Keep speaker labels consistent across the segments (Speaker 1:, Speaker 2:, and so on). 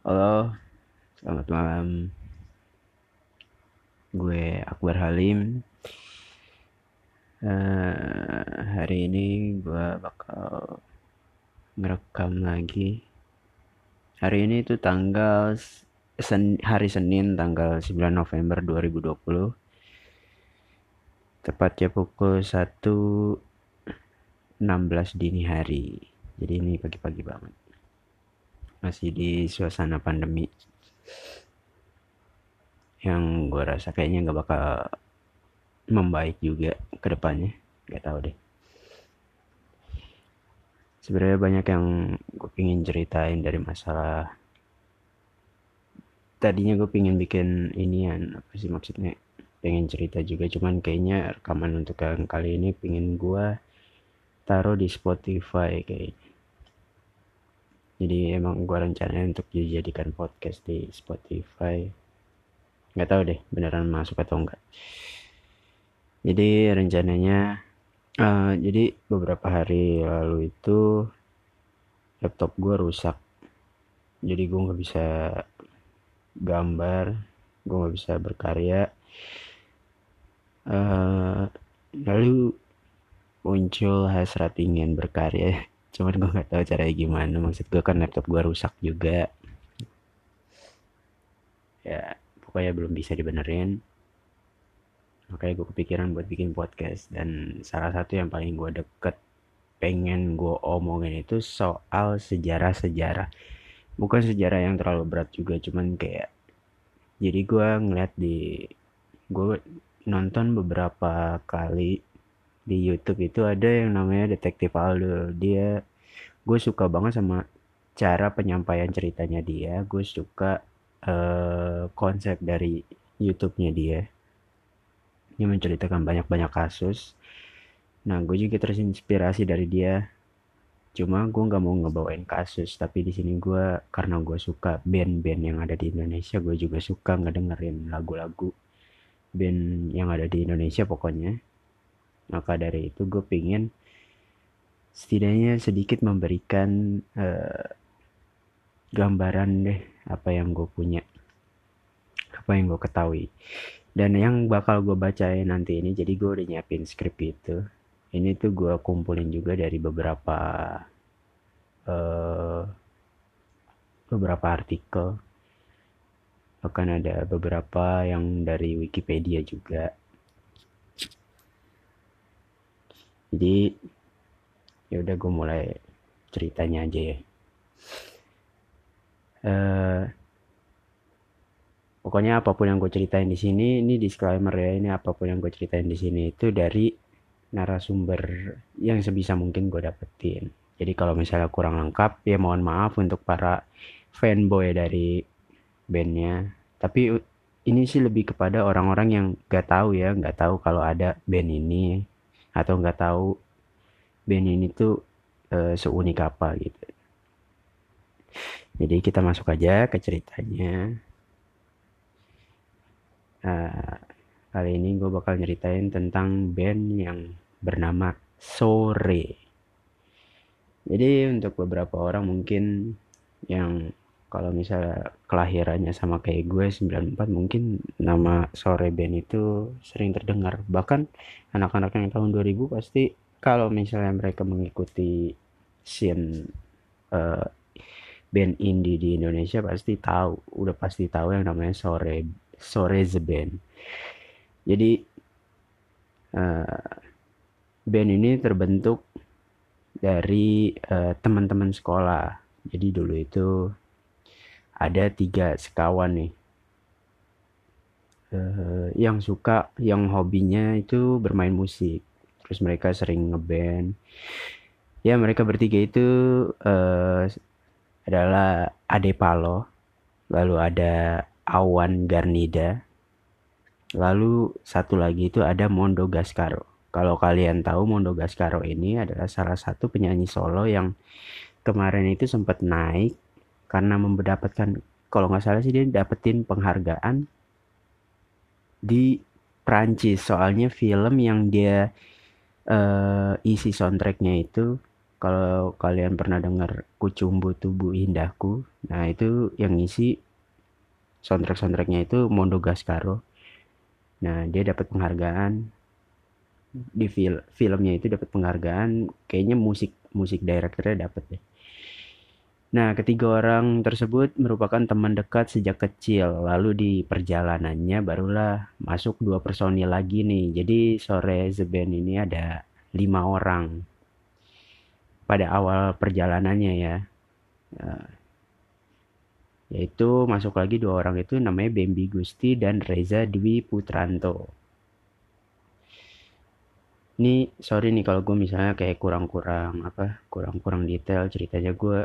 Speaker 1: Halo, selamat malam. Gue Akbar Halim. Hari ini gue bakal ngerekam lagi. Hari ini tuh hari Senin tanggal 9 November 2020. Tepatnya pukul 1.16 dini hari. Jadi ini pagi-pagi banget. Masih di suasana pandemi yang gue rasa kayaknya nggak bakal membaik juga ke depannya. Gak tahu deh. Sebenarnya banyak yang gue pingin ceritain dari masalah. Tadinya gue pingin bikin inian, apa sih maksudnya, pengen cerita juga, cuman kayaknya rekaman untuk yang kali ini pingin gue taruh di Spotify kayaknya. Jadi emang gue rencananya untuk dijadikan podcast di Spotify. Nggak tahu deh beneran masuk atau enggak. Jadi rencananya, jadi beberapa hari lalu itu laptop gue rusak. Jadi gue nggak bisa gambar, gue nggak bisa berkarya. Lalu muncul hasrat ingin berkarya, cuman gue nggak tahu caranya gimana. Maksud gue kan laptop gue rusak juga, ya pokoknya belum bisa dibenerin. Makanya gue kepikiran buat bikin podcast, dan salah satu yang paling gue deket pengen gue omongin itu soal sejarah-sejarah. Bukan sejarah yang terlalu berat juga, cuman kayak, jadi gue nonton beberapa kali di YouTube itu ada yang namanya Detektif Aldo. Gue suka banget sama cara penyampaian ceritanya dia. Gue suka konsep dari YouTube-nya dia. Dia menceritakan banyak-banyak kasus. Nah, gue juga terinspirasi dari dia. Cuma gue nggak mau ngebawain kasus, tapi di sini gue, karena gue suka band-band yang ada di Indonesia, gue juga suka ngedengerin lagu-lagu band yang ada di Indonesia pokoknya. Maka dari itu gue pingin setidaknya sedikit memberikan gambaran deh apa yang gue punya, apa yang gue ketahui. Dan yang bakal gue bacain nanti ini, jadi gue udah nyiapin skrip itu. Ini tuh gue kumpulin juga dari eh, beberapa artikel. Bahkan ada beberapa yang dari Wikipedia juga. Jadi ya udah, gue mulai ceritanya aja ya. Eh, Pokoknya apapun yang gue ceritain di sini, ini disclaimer ya, ini apapun yang gue ceritain di sini itu dari narasumber yang sebisa mungkin gue dapetin. Jadi kalau misalnya kurang lengkap, ya mohon maaf untuk para fanboy dari bandnya. Tapi ini sih lebih kepada orang-orang yang gak tahu ya, gak tahu kalau ada band ini, atau gak tahu band ini tuh seunik apa gitu. Jadi kita masuk aja ke ceritanya. Uh, Kali ini gue bakal nyeritain tentang band yang bernama Sore. Jadi untuk beberapa orang mungkin yang kalau misalnya kelahirannya sama kayak gue 94, mungkin nama Sore Band itu sering terdengar. Bahkan anak-anak yang tahun 2000 pasti, kalau misalnya mereka mengikuti scene eh, band indie di Indonesia, udah pasti tahu yang namanya Sore The Band. Jadi eh, band ini terbentuk dari teman-teman sekolah. Jadi dulu itu ada 3 sekawan nih, yang hobinya itu bermain musik. Terus mereka sering ngeband. Ya, mereka bertiga itu eh, adalah Ade Palo, lalu ada Awan Garnida, lalu satu lagi itu ada Mondo Gascaro. Kalau kalian tahu, Mondo Gascaro ini adalah salah satu penyanyi solo yang kemarin itu sempat naik karena mendapatkan, kalau nggak salah sih dia dapetin penghargaan di Prancis. Soalnya film yang dia isi soundtracknya itu, Kalau kalian pernah dengar Kucumbu Tubuh Indahku, nah itu yang ngisi soundtracknya itu Mondo Gascaro. Nah dia dapat penghargaan di filmnya itu, dapat penghargaan, kayaknya musik musik directornya dapat deh. Nah, ketiga orang tersebut merupakan teman dekat sejak kecil. Lalu di perjalanannya barulah masuk dua personil lagi nih. Jadi Sore The Band ini ada 5 orang pada awal perjalanannya ya. Eh, Yaitu masuk lagi 2 orang itu namanya Bambi Gusti dan Reza Dwi Putranto. Ini sorry nih kalau gue misalnya kayak kurang-kurang detail ceritanya, gue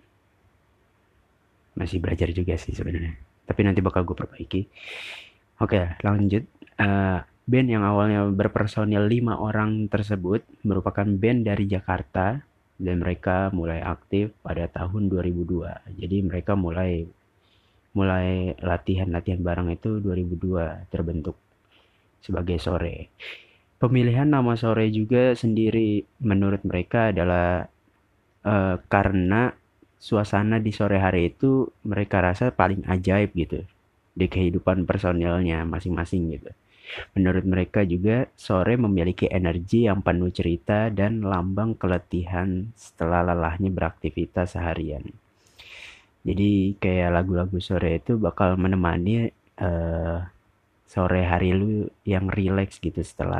Speaker 1: masih belajar juga sih sebenarnya. Tapi nanti bakal gue perbaiki. Oke, lanjut. Band yang awalnya berpersonil 5 orang tersebut merupakan band dari Jakarta dan mereka mulai aktif pada tahun 2002. Jadi mereka mulai mulai latihan-latihan bareng itu 2002 terbentuk sebagai Sore. Pemilihan nama Sore juga sendiri menurut mereka adalah karena suasana di sore hari itu mereka rasa paling ajaib gitu di kehidupan personilnya masing-masing gitu. Menurut mereka juga sore memiliki energi yang penuh cerita dan lambang keletihan setelah lelahnya beraktivitas seharian. Jadi kayak lagu-lagu sore itu bakal menemani sore hari lu yang rileks gitu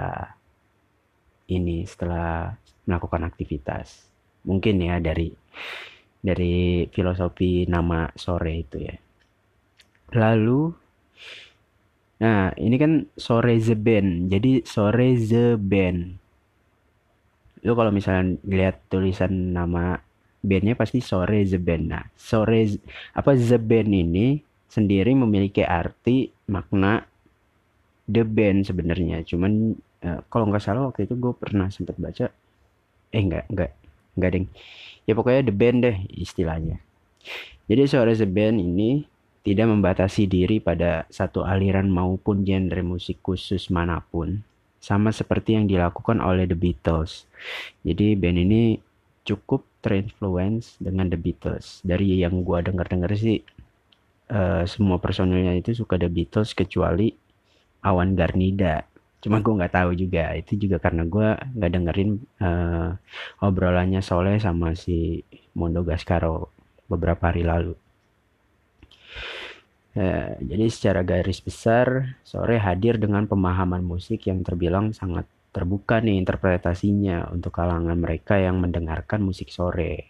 Speaker 1: setelah melakukan aktivitas. Mungkin ya dari filosofi nama sore itu ya. Lalu, nah ini kan Sore The Band, jadi Sore The Band. Lu kalau misalnya lihat tulisan nama bandnya pasti Sore The Band. Nah, The Band ini sendiri memiliki arti makna The Band sebenarnya. Cuman kalau nggak salah waktu itu gue pernah sempat baca, nggak deng. Ya pokoknya The Band deh istilahnya. Jadi Sore The Band ini tidak membatasi diri pada satu aliran maupun genre musik khusus manapun, sama seperti yang dilakukan oleh The Beatles. Jadi band ini cukup terinfluence dengan The Beatles. Dari yang gua dengar-dengar sih, semua personilnya itu suka The Beatles kecuali Awan Garnida. Cuma gue nggak tahu juga. Itu juga karena gue nggak dengerin obrolannya Soleh sama si Mondo Gascaro beberapa hari lalu. Jadi secara garis besar, Sore hadir dengan pemahaman musik yang terbilang sangat terbuka nih interpretasinya untuk kalangan mereka yang mendengarkan musik sore.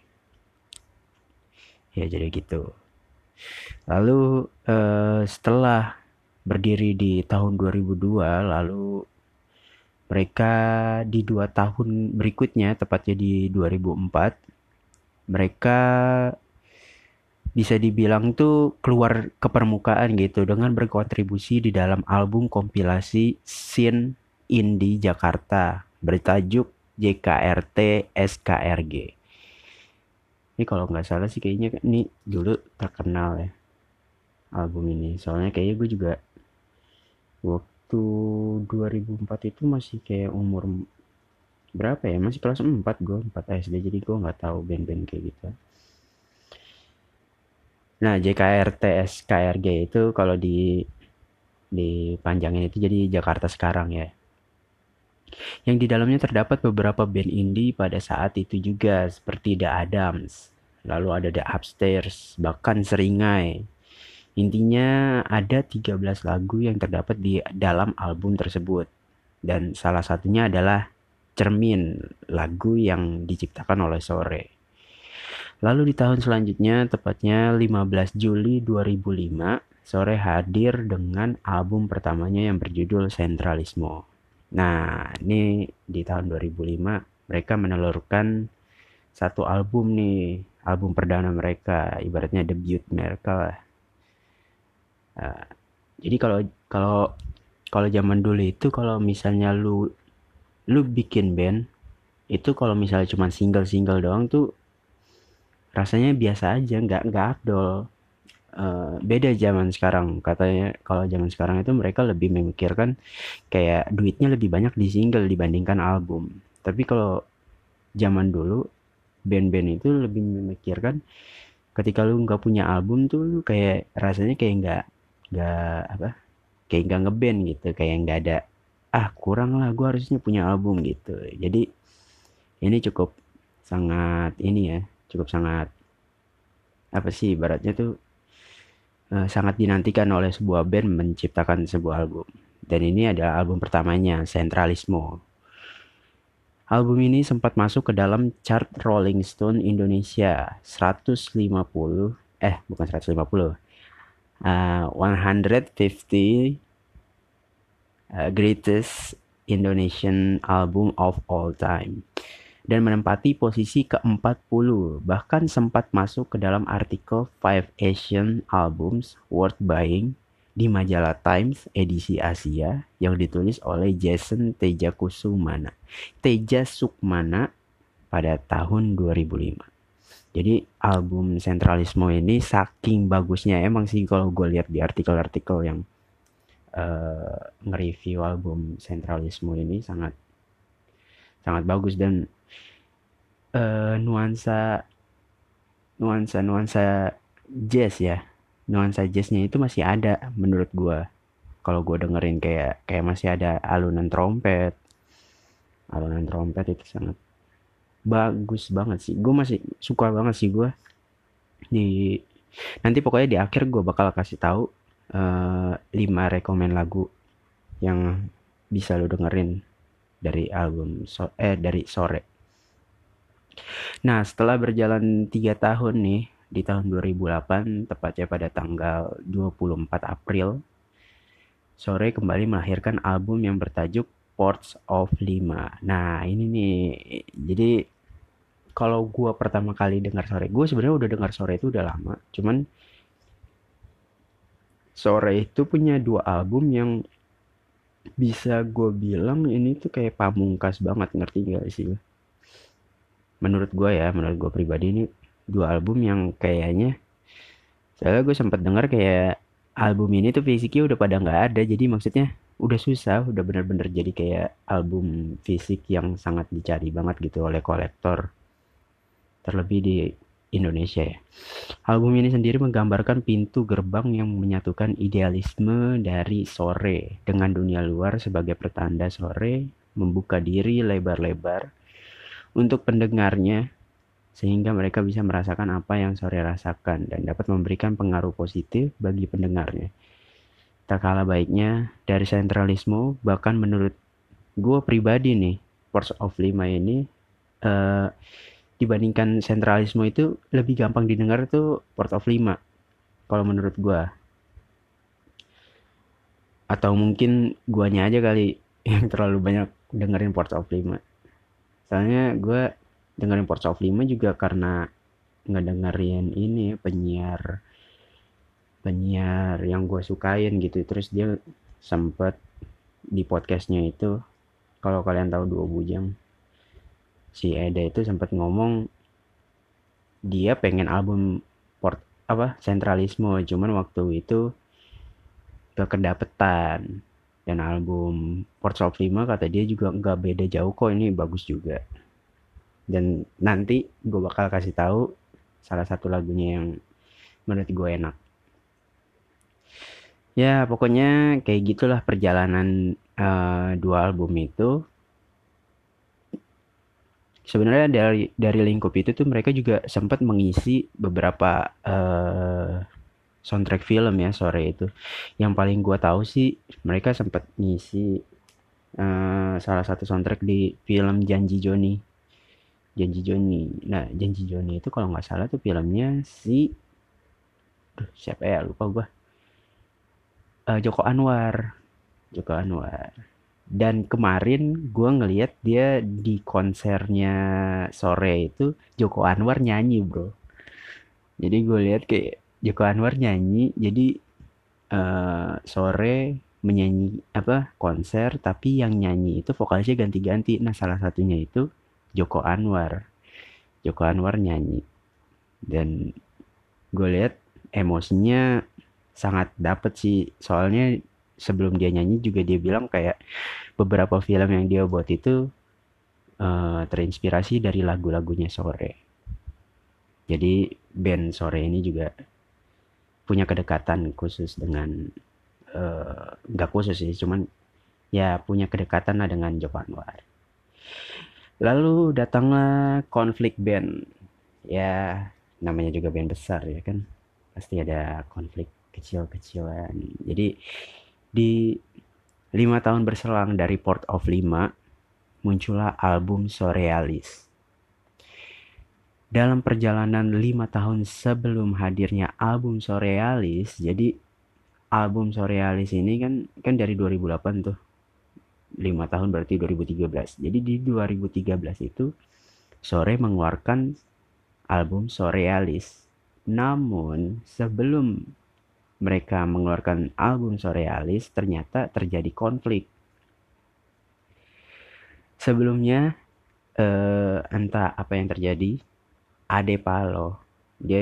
Speaker 1: Ya jadi gitu. Lalu setelah berdiri di tahun 2002, lalu mereka di 2 tahun berikutnya, tepatnya di 2004, mereka bisa dibilang tuh keluar ke permukaan gitu dengan berkontribusi di dalam album kompilasi Scene Indie Jakarta bertajuk JKRT SKRG. Ini kalau nggak salah sih kayaknya ini dulu terkenal ya album ini. Soalnya kayaknya gue juga waktu 2004 itu masih kayak umur berapa ya? Masih kelas 4, gue 4 SD, jadi gue nggak tahu band-band kayak gitu. Nah, JKRT SKRG itu kalau dipanjangin itu jadi Jakarta Sekarang ya. Yang di dalamnya terdapat beberapa band indie pada saat itu juga seperti The Adams, lalu ada The Upstairs, bahkan Seringai. Intinya ada 13 lagu yang terdapat di dalam album tersebut. Dan salah satunya adalah Cermin, lagu yang diciptakan oleh Sore. Lalu di tahun selanjutnya, tepatnya 15 Juli 2005, Sore hadir dengan album pertamanya yang berjudul Sentralismo. Nah, ini di tahun 2005 mereka menelurkan satu album nih, album perdana mereka, ibaratnya debut mereka lah. Jadi kalau kalau kalau zaman dulu itu kalau misalnya lu lu bikin band itu kalau misalnya cuma single doang tuh rasanya biasa aja, nggak afdol. Beda zaman sekarang, katanya kalau zaman sekarang itu mereka lebih memikirkan kayak duitnya lebih banyak di single dibandingkan album. Tapi kalau zaman dulu band-band itu lebih memikirkan ketika lu nggak punya album tuh lu kayak rasanya kayak nggak apa, kayak nggak ngeband gitu, kayak nggak ada, kurang lah, gue harusnya punya album gitu. Jadi ini cukup sangat ini ya, cukup sangat apa sih ibaratnya tuh, sangat dinantikan oleh sebuah band menciptakan sebuah album. Dan ini adalah album pertamanya, Centralismo. Album ini sempat masuk ke dalam chart Rolling Stone Indonesia 150, bukan 150, 150 greatest Indonesian album of all time, dan menempati posisi ke-40, bahkan sempat masuk ke dalam artikel 5 Asian Albums Worth Buying di majalah Times edisi Asia yang ditulis oleh Jason Teja Sukmana pada tahun 2005. Jadi album Sentralismo ini saking bagusnya emang sih, kalau gue lihat di artikel-artikel yang nge-review album Sentralismo ini sangat sangat bagus. Dan nuansa nuansa nuansa jazz ya, nuansa jazznya itu masih ada menurut gua. Kalau gua dengerin kayak kayak masih ada alunan trompet itu sangat bagus banget sih. Gue masih suka banget sih gua. Di nanti pokoknya di akhir gua bakal kasih tahu 5 rekomen lagu yang bisa lu dengerin dari dari Sore. Nah, setelah berjalan 3 tahun nih, di tahun 2008, tepatnya pada tanggal 24 April, Sore kembali melahirkan album yang bertajuk Ports of Lima. Nah, ini nih, jadi kalau gue pertama kali dengar Sore, gue sebenarnya udah dengar Sore itu udah lama. Cuman Sore itu punya 2 album yang bisa gue bilang ini tuh kayak pamungkas banget, ngerti gak sih? Menurut gue pribadi ini 2 album yang kayaknya, soalnya gue sempat dengar kayak album ini tuh fisiknya udah pada nggak ada, jadi maksudnya udah susah, udah bener-bener jadi kayak album fisik yang sangat dicari banget gitu oleh kolektor, terlebih di Indonesia ya. Album ini sendiri menggambarkan pintu gerbang yang menyatukan idealisme dari Sore dengan dunia luar sebagai pertanda Sore membuka diri lebar-lebar untuk pendengarnya, sehingga mereka bisa merasakan apa yang Sore rasakan dan dapat memberikan pengaruh positif bagi pendengarnya. Tak kalah baiknya dari sentralisme, bahkan menurut gue pribadi nih, Force of Lima ini eh, dibandingkan sentralisme itu lebih gampang didengar tuh Port of Lima kalau menurut gue. Atau mungkin guanya aja kali yang terlalu banyak dengerin Port of Lima. Soalnya gue dengerin Port of Lima juga karena ngedengerin ini penyiar penyiar yang gue sukain gitu. Terus dia sempet di podcastnya itu, kalau kalian tahu Dua Bujang, si Eda itu sempat ngomong dia pengen album port apa sentralisme, cuman waktu itu gak kedapetan. Dan album Ports of Lima kata dia juga nggak beda jauh kok, ini bagus juga. Dan nanti gue bakal kasih tahu salah satu lagunya yang menurut gue enak. Ya pokoknya kayak gitulah perjalanan 2 album itu. Sebenarnya dari lingkup itu tuh mereka juga sempat mengisi beberapa soundtrack film ya Sore itu. Yang paling gue tahu sih mereka sempat ngisi salah satu soundtrack di film Janji Joni. Janji Joni. Nah, Janji Joni itu kalau nggak salah tuh filmnya si, siapa ya, lupa gue. Joko Anwar. Joko Anwar. Dan kemarin gue ngeliat dia di konsernya Sore itu Joko Anwar nyanyi bro. Jadi gue lihat kayak Joko Anwar nyanyi, jadi Sore menyanyi apa konser, tapi yang nyanyi itu vokalisnya ganti-ganti. Nah salah satunya itu Joko Anwar. Joko Anwar nyanyi, dan gue lihat emosinya sangat dapet sih. Soalnya sebelum dia nyanyi juga dia bilang kayak beberapa film yang dia buat itu terinspirasi dari lagu-lagunya Sore. Jadi band sore ini juga punya kedekatan khusus dengan nggak khusus sih, cuman ya punya kedekatan lah dengan Joko Anwar. Lalu datanglah konflik band. Ya, namanya juga band besar ya kan. Pasti ada konflik kecil-kecilan. Jadi di 5 tahun berselang dari Port of Lima, muncullah album Surrealis. Dalam perjalanan 5 tahun sebelum hadirnya album Surrealis, jadi album Surrealis ini kan dari 2008 tuh. 5 tahun berarti 2013. Jadi di 2013 itu Sore mengeluarkan album Surrealis. Namun sebelum mereka mengeluarkan album Surrealis, ternyata terjadi konflik. Sebelumnya entah apa yang terjadi, Ade Palo, dia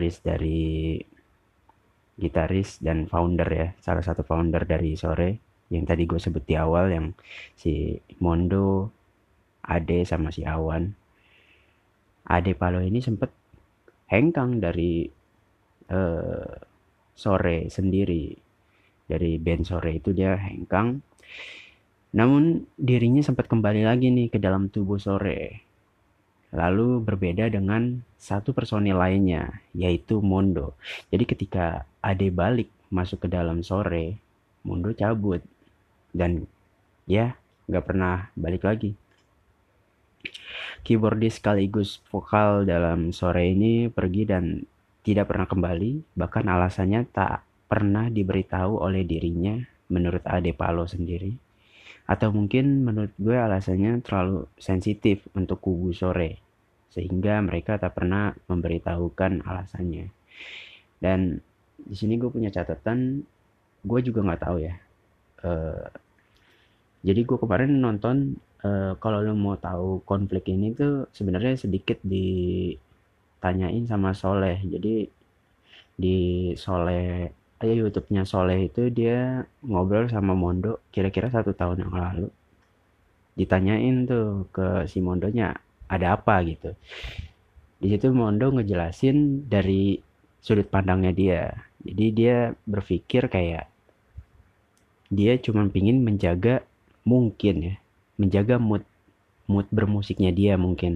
Speaker 1: gitaris dan founder ya, salah satu founder dari Sore yang tadi gue sebut di awal, yang si Mondo, Ade sama si Awan. Ade Palo ini sempet hengkang dari eh, Sore sendiri, dari band Sore itu dia hengkang. Namun dirinya sempat kembali lagi nih ke dalam tubuh Sore. Lalu berbeda dengan satu personil lainnya, yaitu Mondo. Jadi ketika Ade balik masuk ke dalam Sore, Mondo cabut dan ya nggak pernah balik lagi. Keyboardis sekaligus vokal dalam Sore ini pergi dan tidak pernah kembali, bahkan alasannya tak pernah diberitahu oleh dirinya menurut Ade Palo sendiri. Atau mungkin menurut gue alasannya terlalu sensitif untuk kubu Sore, sehingga mereka tak pernah memberitahukan alasannya. Dan di sini gue punya catatan, gue juga nggak tahu ya. Eh, jadi gue kemarin nonton, kalau lo mau tahu konflik ini tuh sebenarnya sedikit ditanyain sama Soleh. Jadi di Soleh, YouTube-nya Soleh itu dia ngobrol sama Mondo kira-kira 1 tahun yang lalu. Ditanyain tuh ke si Mondonya ada apa gitu. Di situ Mondo ngejelasin dari sudut pandangnya dia. Jadi dia berpikir kayak dia cuma pingin menjaga, mungkin ya, menjaga mood mood bermusiknya dia mungkin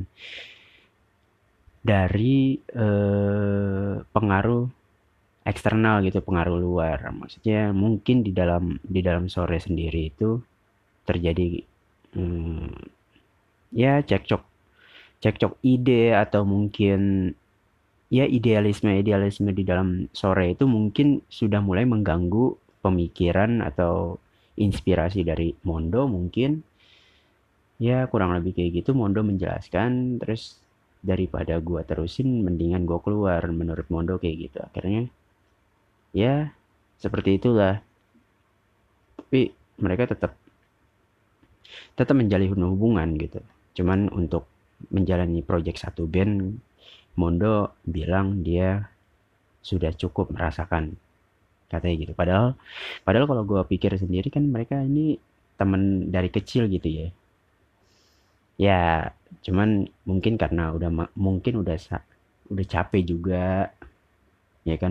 Speaker 1: dari pengaruh eksternal gitu, pengaruh luar. Maksudnya mungkin di dalam Sore sendiri itu terjadi hmm, ya cekcok cekcok ide, atau mungkin ya idealisme di dalam Sore itu mungkin sudah mulai mengganggu pemikiran atau inspirasi dari Mondo mungkin. Ya kurang lebih kayak gitu Mondo menjelaskan, terus daripada gua terusin mendingan gua keluar, menurut Mondo kayak gitu. Akhirnya ya seperti itulah. Tapi mereka tetap tetap menjalin hubungan gitu. Cuman untuk menjalani project satu band, Mondo bilang dia sudah cukup merasakan, katanya gitu. Padahal kalau gue pikir sendiri kan mereka ini teman dari kecil gitu ya. Ya cuman mungkin karena mungkin udah capek juga ya kan,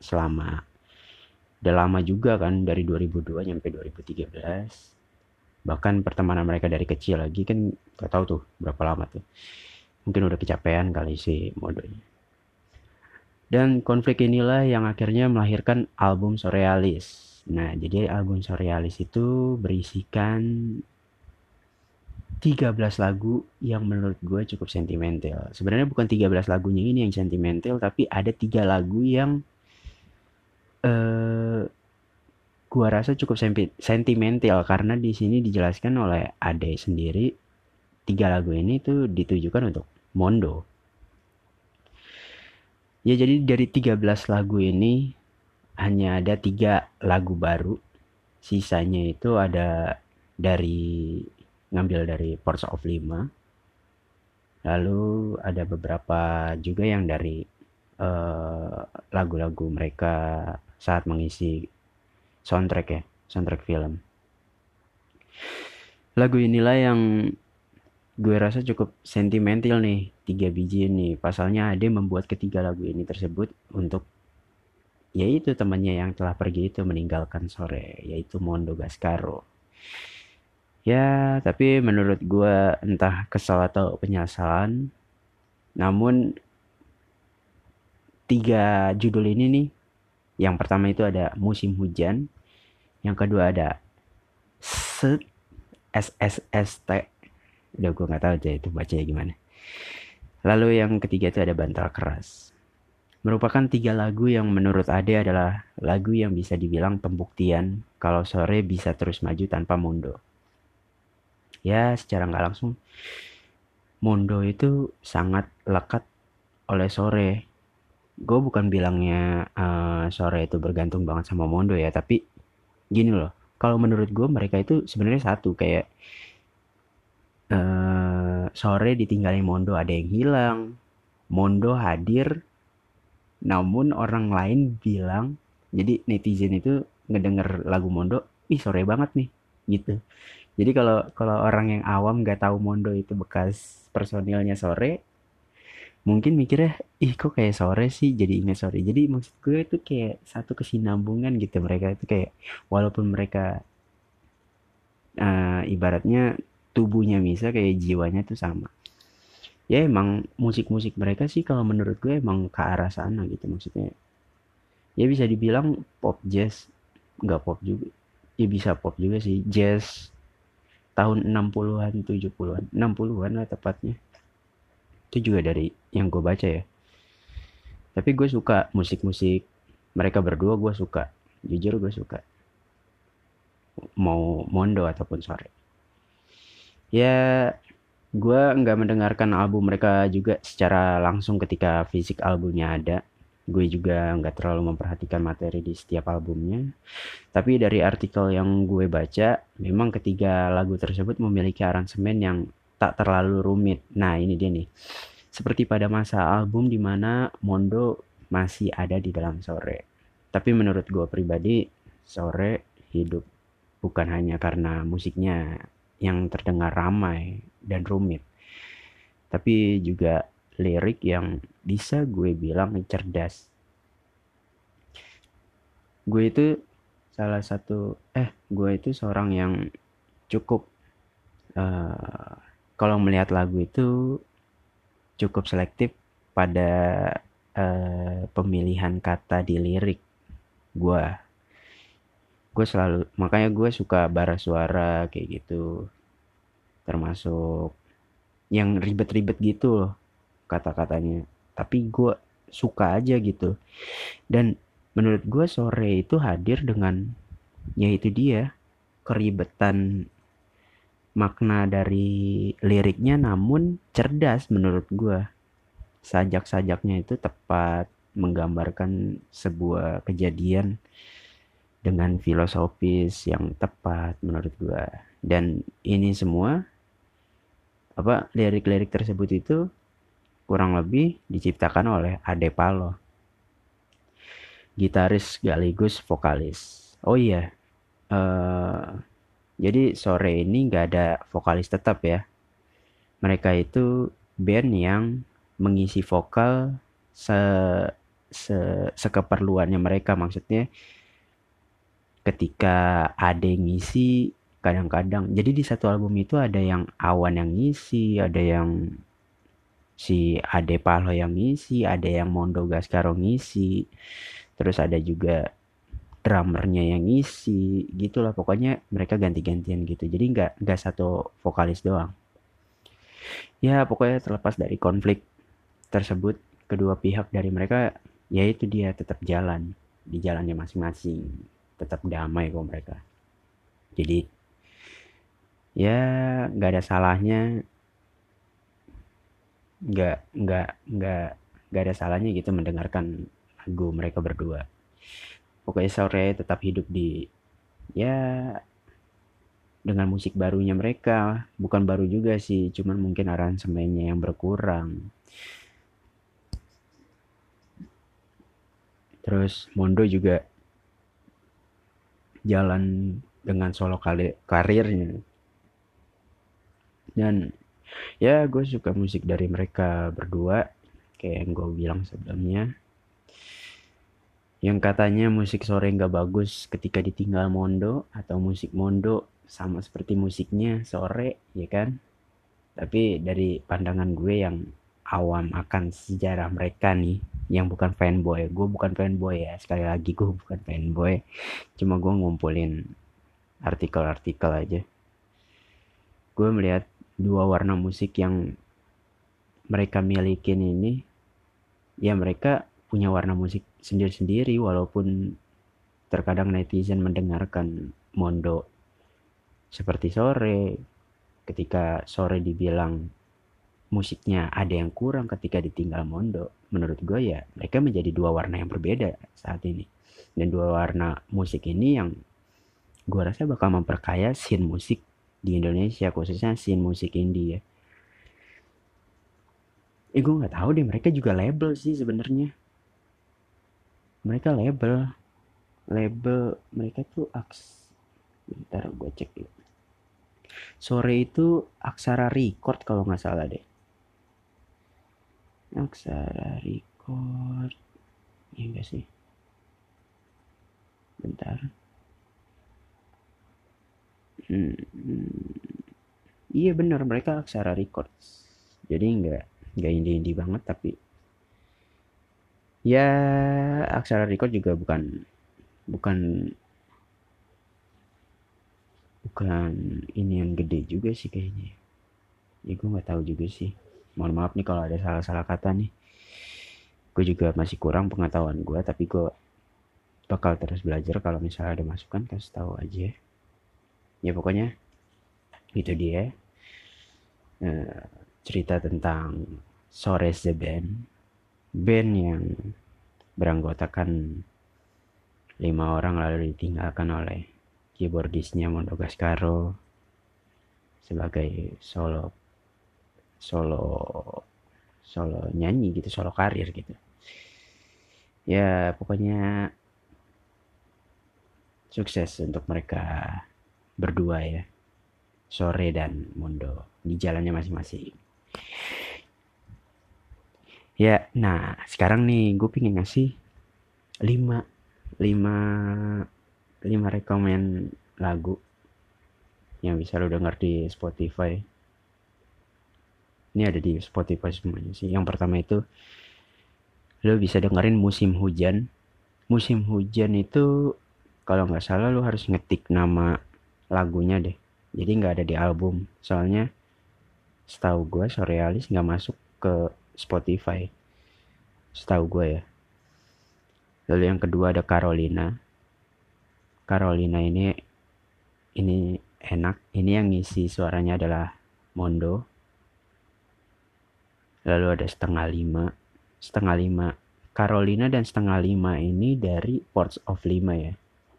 Speaker 1: udah lama juga kan, dari 2002 sampai 2013. Bahkan pertemanan mereka dari kecil lagi kan, gak tahu tuh berapa lama tuh. Mungkin udah kecapean kali si modenya. Dan konflik inilah yang akhirnya melahirkan album Surrealis. Nah, jadi album Surrealis itu berisikan 13 lagu yang menurut gue cukup sentimental. Sebenarnya bukan 13 lagunya ini yang sentimental, tapi ada 3 lagu yang eh gua rasa cukup sentimental karena di sini dijelaskan oleh Ade sendiri. 3 lagu ini tuh ditujukan untuk Mondo. Ya jadi dari 13 lagu ini hanya ada 3 lagu baru. Sisanya itu ada dari ngambil dari Ports of Lima. Lalu ada beberapa juga yang dari eh, lagu-lagu mereka saat mengisi soundtrack ya, soundtrack film. Lagu inilah yang gue rasa cukup sentimental nih. tiga biji ini. Pasalnya Ade membuat ketiga lagu ini tersebut untuk yaitu temannya yang telah pergi itu meninggalkan sore, yaitu Mondo Gascaro. Ya, tapi menurut gua entah kesal atau penyesalan, namun tiga judul ini nih, yang pertama itu ada Musim Hujan, yang kedua ada Set SSST, udah gue nggak tahu aja itu bacanya gimana. Lalu yang ketiga itu ada Bantal Keras. Merupakan tiga lagu yang menurut Ade adalah lagu yang bisa dibilang pembuktian kalau sore bisa terus maju tanpa Mondo. Ya, secara nggak langsung, Mondo itu sangat lekat oleh sore. Gue bukan bilangnya sore itu bergantung banget sama Mondo ya, tapi gini loh. Kalau menurut gue mereka itu sebenarnya satu, kayak sore ditinggalin Mondo ada yang hilang, Mondo hadir, namun orang lain bilang, jadi netizen itu ngedenger lagu Mondo, ih sore banget nih, gitu. Jadi kalau kalau orang yang awam nggak tahu Mondo itu bekas personilnya sore, mungkin mikirnya, ih kok kayak sore sih, jadi ingat sore. Jadi maksud gue itu kayak satu kesinambungan gitu, mereka itu kayak walaupun mereka ibaratnya tubuhnya bisa, kayak jiwanya tuh sama. Ya emang musik-musik mereka sih kalau menurut gue emang ke arah sana gitu, maksudnya ya bisa dibilang pop jazz, nggak pop juga, ya bisa pop juga sih, jazz tahun 60-an 70-an 60-an lah tepatnya. Itu juga dari yang gue baca ya. Tapi gue suka musik-musik mereka berdua, gue suka, jujur gue suka, mau Mondo ataupun sore. Ya, gue nggak mendengarkan album mereka juga secara langsung ketika fisik albumnya ada. Gue juga nggak terlalu memperhatikan materi di setiap albumnya. Tapi dari artikel yang gue baca, memang ketiga lagu tersebut memiliki aransemen yang tak terlalu rumit. Nah, ini dia nih. Seperti pada masa album di mana Mondo masih ada di dalam sore. Tapi menurut gue pribadi, sore hidup bukan hanya karena musiknya yang terdengar ramai dan rumit, tapi juga lirik yang bisa gue bilang cerdas. Gue itu salah satu gue itu seorang yang cukup eh, kalau melihat lagu itu cukup selektif pada pemilihan kata di lirik. Gue gue selalu, makanya gue suka bara suara kayak gitu, termasuk yang ribet-ribet gitu loh kata-katanya, tapi gue suka aja gitu. Dan menurut gue sore itu hadir dengan, yaitu dia, keribetan makna dari liriknya namun cerdas menurut gue. Sajak-sajaknya itu tepat menggambarkan sebuah kejadian dengan filosofis yang tepat menurut gue. Dan ini semua, apa, lirik-lirik tersebut itu kurang lebih diciptakan oleh Ade Palo, gitaris sekaligus vokalis. Oh iya, eh jadi sore ini nggak ada vokalis tetap ya. Mereka itu band yang mengisi vokal se, sekeperluannya mereka. Maksudnya ketika ada yang ngisi kadang-kadang. Jadi di satu album itu ada yang Awan yang ngisi, ada yang si Ade Palo yang ngisi, ada yang Mondo Gascaro ngisi. Terus ada juga drummernya yang ngisi, gitulah pokoknya mereka ganti-gantian gitu. Jadi nggak satu vokalis doang. Ya pokoknya terlepas dari konflik tersebut, kedua pihak dari mereka yaitu dia tetap jalan di jalannya masing-masing, tetap damai kok mereka. Jadi ya nggak ada salahnya, nggak ada salahnya gitu mendengarkan lagu mereka berdua. Pokoknya sore tetap hidup di, ya, dengan musik barunya mereka. Bukan baru juga sih, cuman mungkin aransemennya yang berkurang. Terus Mondo juga jalan dengan solo karirnya. Dan Ya gue suka musik dari mereka berdua, kayak yang gue bilang sebelumnya, yang katanya musik sore nggak bagus ketika ditinggal Mondo, atau musik Mondo sama seperti musiknya sore, ya kan? Tapi dari pandangan gue yang awam akan sejarah mereka nih, yang bukan fanboy, gue bukan fanboy ya, sekali lagi gue bukan fanboy, cuma gue ngumpulin artikel-artikel aja. Gue melihat dua warna musik yang mereka milikin ini, ya mereka punya warna musik sendiri-sendiri, walaupun terkadang netizen mendengarkan Mondo seperti sore, ketika sore dibilang musiknya ada yang kurang ketika ditinggal Mondo. Menurut gue ya mereka menjadi dua warna yang berbeda saat ini, dan dua warna musik ini yang gue rasa bakal memperkaya scene musik di Indonesia, khususnya scene musik indie ya. Gue nggak tahu deh, mereka juga label sih sebenarnya. Mereka label mereka tuh bentar gue cek dulu. Sore itu Aksara Record kalau nggak salah deh. Aksara Record, ya enggak sih, bentar. hmm, iya bener, mereka Aksara Records. Jadi nggak indie-indie banget, tapi ya Aksara Record juga bukan bukan ini yang gede juga sih kayaknya. Ya gue nggak tahu juga sih. Mohon maaf nih kalau ada salah-salah kata nih. Gue juga masih kurang pengetahuan gue, tapi gue bakal terus belajar. Kalau misalnya ada masukan kasih tahu aja. Ya pokoknya itu dia, eh, cerita tentang Sores the band yang beranggotakan 5 orang lalu ditinggalkan oleh keyboardisnya Mondo Gascaro sebagai solo solo solo nyanyi gitu, solo karir gitu. Ya pokoknya sukses untuk mereka berdua ya, Sore dan Mondo, di jalannya masing-masing. Ya, nah sekarang nih gue pengen ngasih 5 5 5 rekomen lagu yang bisa lo denger di Spotify. Ini ada di Spotify semuanya sih. Yang pertama itu lo bisa dengerin Musim Hujan. Musim Hujan itu kalau nggak salah lo harus ngetik nama lagunya deh. Jadi nggak ada di album. Soalnya setahu gue Surrealis nggak masuk ke Spotify. Setahu gue ya. Lalu yang kedua ada Carolina. Carolina ini enak. Ini yang ngisi suaranya adalah Mondo. Lalu ada setengah lima. Setengah lima. Carolina dan setengah lima ini dari Ports of Lima ya.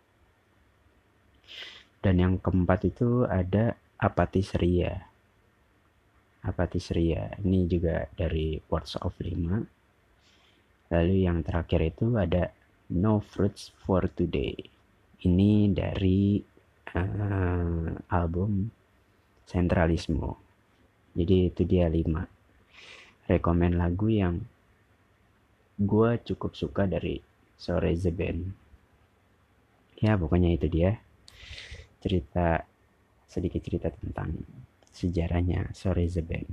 Speaker 1: Dan yang keempat itu ada Apatis Ria. Apatis Ria ini juga dari Ports of Lima. Lalu yang terakhir itu ada No Fruits for Today. Ini dari album Sentralismo. Jadi itu dia 5 rekomen lagu yang gue cukup suka dari Sore The Band. Ya pokoknya itu dia sedikit cerita tentang sejarahnya Sore The Band.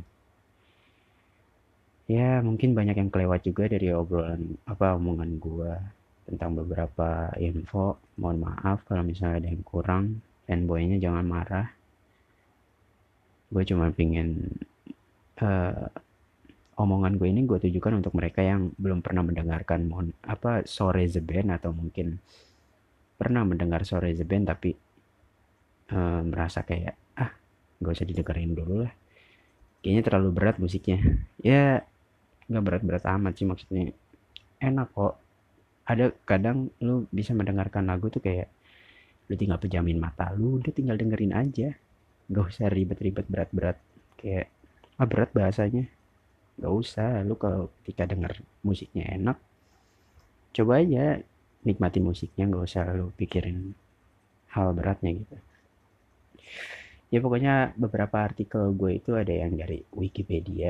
Speaker 1: Ya mungkin banyak yang kelewat juga dari omongan gue tentang beberapa info. Mohon maaf kalau misalnya ada yang kurang, fanboynya jangan marah. Gue cuma pengen uh, omongan gue ini gue tujukan untuk mereka yang belum pernah mendengarkan Sore The Band, atau mungkin pernah mendengar Sore The Band tapi merasa kayak gak usah didengerin dulu lah, kayaknya terlalu berat musiknya. Ya gak berat-berat amat sih, maksudnya enak kok. Ada kadang lu bisa mendengarkan lagu tuh kayak lu tinggal pejamin mata lu, udah tinggal dengerin aja, gak usah ribet-ribet berat-berat kayak berat bahasanya. Gak usah, lu kalau ketika denger musiknya enak, coba aja nikmatin musiknya, gak usah lu pikirin hal beratnya gitu. Ya pokoknya beberapa artikel gue itu ada yang dari Wikipedia,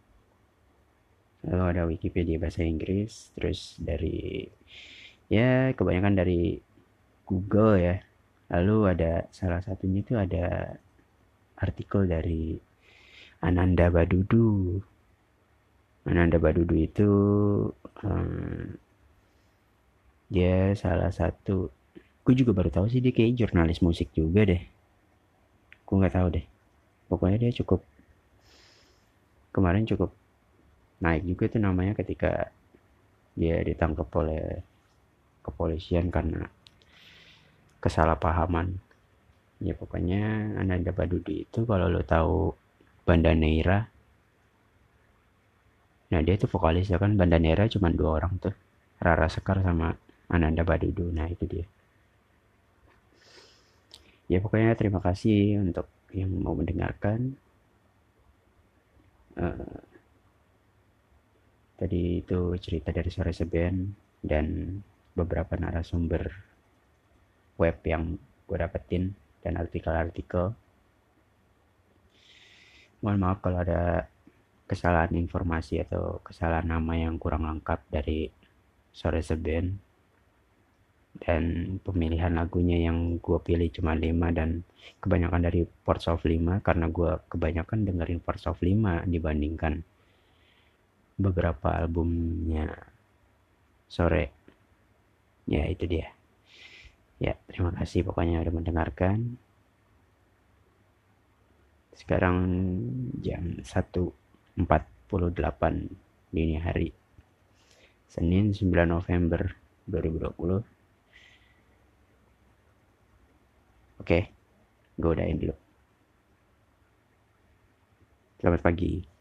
Speaker 1: lalu ada Wikipedia bahasa Inggris, terus dari, ya kebanyakan dari Google ya. Lalu ada salah satunya itu ada artikel dari Ananda Badudu. Ananda Badudu itu eh, dia salah satu, gue juga baru tahu sih dia kayak jurnalis musik juga deh. Gue nggak tahu deh. Pokoknya dia cukup, kemarin cukup naik juga tuh namanya ketika dia ditangkap oleh kepolisian karena kesalahpahaman. Ya pokoknya Ananda Badudu itu kalau lo tahu Banda Neira, nah dia tuh vokalis ya kan. Banda Neira cuma dua orang tuh, Rara Sekar sama Ananda Badudu. Nah itu dia. Ya pokoknya terima kasih untuk yang mau mendengarkan. Tadi itu cerita dari Sore Seben dan beberapa narasumber web yang gue dapetin dan artikel-artikel. Mohon maaf kalau ada kesalahan informasi atau kesalahan nama yang kurang lengkap dari Sore Seben, dan pemilihan lagunya yang gue pilih cuma 5 dan kebanyakan dari Ports of 5 karena gue kebanyakan dengerin Ports of 5 dibandingkan beberapa albumnya Sore. Ya itu dia. Ya terima kasih pokoknya udah mendengarkan. Sekarang jam 1.48 dini hari, Senin 9 November 2020. Oke, gue udahin dulu. Selamat pagi.